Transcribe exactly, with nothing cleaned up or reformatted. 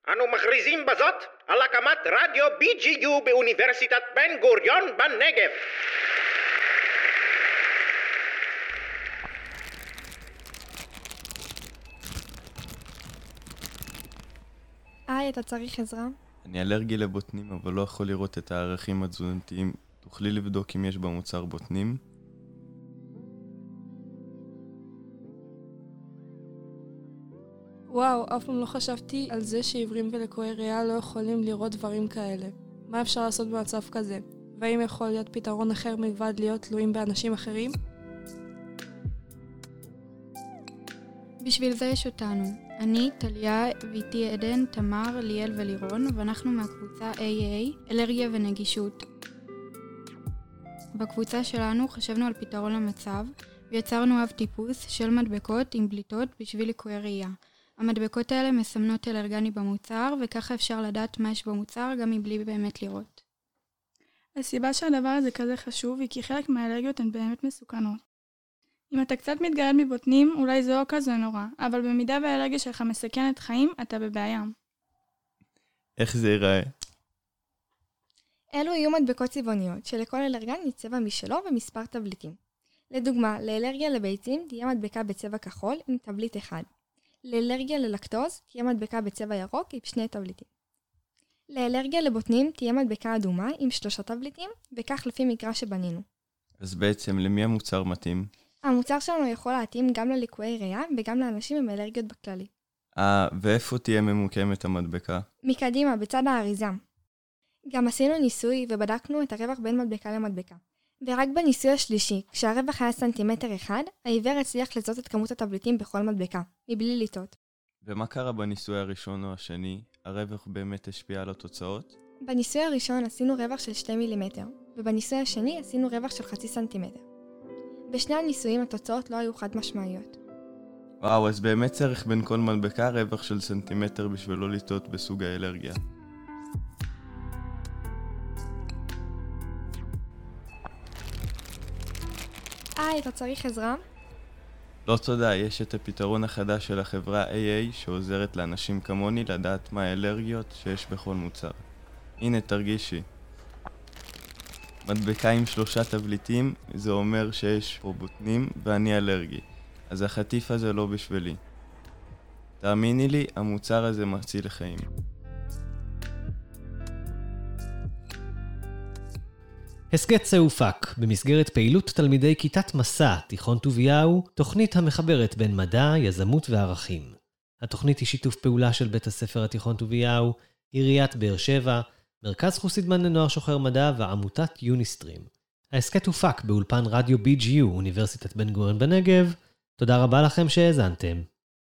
אנו מכריזים בזאת על הקמת רדיו בי ג'י יו באוניברסיטת בן גוריון בנגב. היי, אתה צריך עזרה? אני אלרגי לבוטנים, אבל לא יכול לראות את הערכים התזונתיים. תוכלי לבדוק אם יש במוצר בוטנים? וואו, אף פעם לא חשבתי על זה שעיוורים ולקויי ראייה לא יכולים לראות דברים כאלה. מה אפשר לעשות במצב כזה? והאם יכול להיות פתרון אחר מלבד להיות תלויים באנשים אחרים? בשביל זה יש אותנו. אני, טליה, ואיתי עדן, תמר, ליאל ולירון, ואנחנו מהקבוצה איי איי, אלרגיה ונגישות. בקבוצה שלנו חשבנו על פתרון למצב, ויצרנו אב טיפוס של מדבקות עם בליטות בשביל לקויי ראייה. המדבקות האלה מסמנות אלרגני במוצר, וככה אפשר לדעת מה יש במוצר גם מבלי באמת לראות. הסיבה שהדבר הזה כזה חשוב היא כי חלק מהאלרגיות הן באמת מסוכנות. אם אתה קצת מתגרד מבוטנים, אולי זה לא כזה נורא, אבל במידה והאלרגיה שלך מסכנת חיים, אתה בבעיה. איך זה ייראה? אלו יהיו מדבקות צבעוניות, שלכל אלרגן יש צבע משלו ומספר טבליטים. לדוגמה, לאלרגיה לביצים תהיה מדבקה בצבע כחול עם טבליט אחד. לאלרגיה ללקטוז תהיה מדבקה בצבע ירוק עם שני טבליטים. לאלרגיה לבוטנים תהיה מדבקה אדומה עם שלושה טבליטים, וכך לפי מקרא שבנינו. אז בעצם למי המוצר מתאים? המוצר שלנו יכול להתאים גם לליקויי ראייה וגם לאנשים עם אלרגיות בכללי. אה, ואיפה תהיה ממוקמת המדבקה? מקדימה, בצד האריזה. גם עשינו ניסוי ובדקנו את הרווח בין מדבקה למדבקה. ורק בניסוי השלישי, כשהרווח היה סנטימטר אחד, העיוור הצליח לזהות את כמות הטבליטים בכל מדבקה, מבלי לטעות. ומה קרה בניסוי הראשון או השני? הרווח באמת השפיע על התוצאות? בניסוי הראשון עשינו רווח של שני מילימטר, ובניסוי השני עשינו רווח של חצי סנטימטר. בשני הניסויים התוצאות לא היו חד משמעיות. וואו, אז באמת צריך בין כל מדבקה רווח של סנטימטר בשביל לא לטעות בסוג האלרגיה. היי, אתה צריך עזרה? לא תודה, יש את הפתרון החדש של החברה איי איי שעוזרת לאנשים כמוני לדעת מה האלרגיות שיש בכל מוצר. הנה, תרגישי. מדבקה עם שלושה טבליטים, זה אומר שיש פה בוטנים ואני אלרגי. אז החטיף הזה לא בשבילי. תאמיני לי, המוצר הזה מציל לחיים. הסגת זה הופק במסגרת פעילות תלמידי כיתת מסע, תיכון טוביהו, תוכנית המחברת בין מדע, יזמות וערכים. התוכנית היא שיתוף פעולה של בית הספר התיכון טוביהו, עיריית באר שבע, מרכז חוסידמן לנוער שוחר מדע ועמותת יוניסטרים. ההסקט הופק באולפן רדיו בי ג'י יו, אוניברסיטת בן גוריון בנגב. תודה רבה לכם שהאזנתם.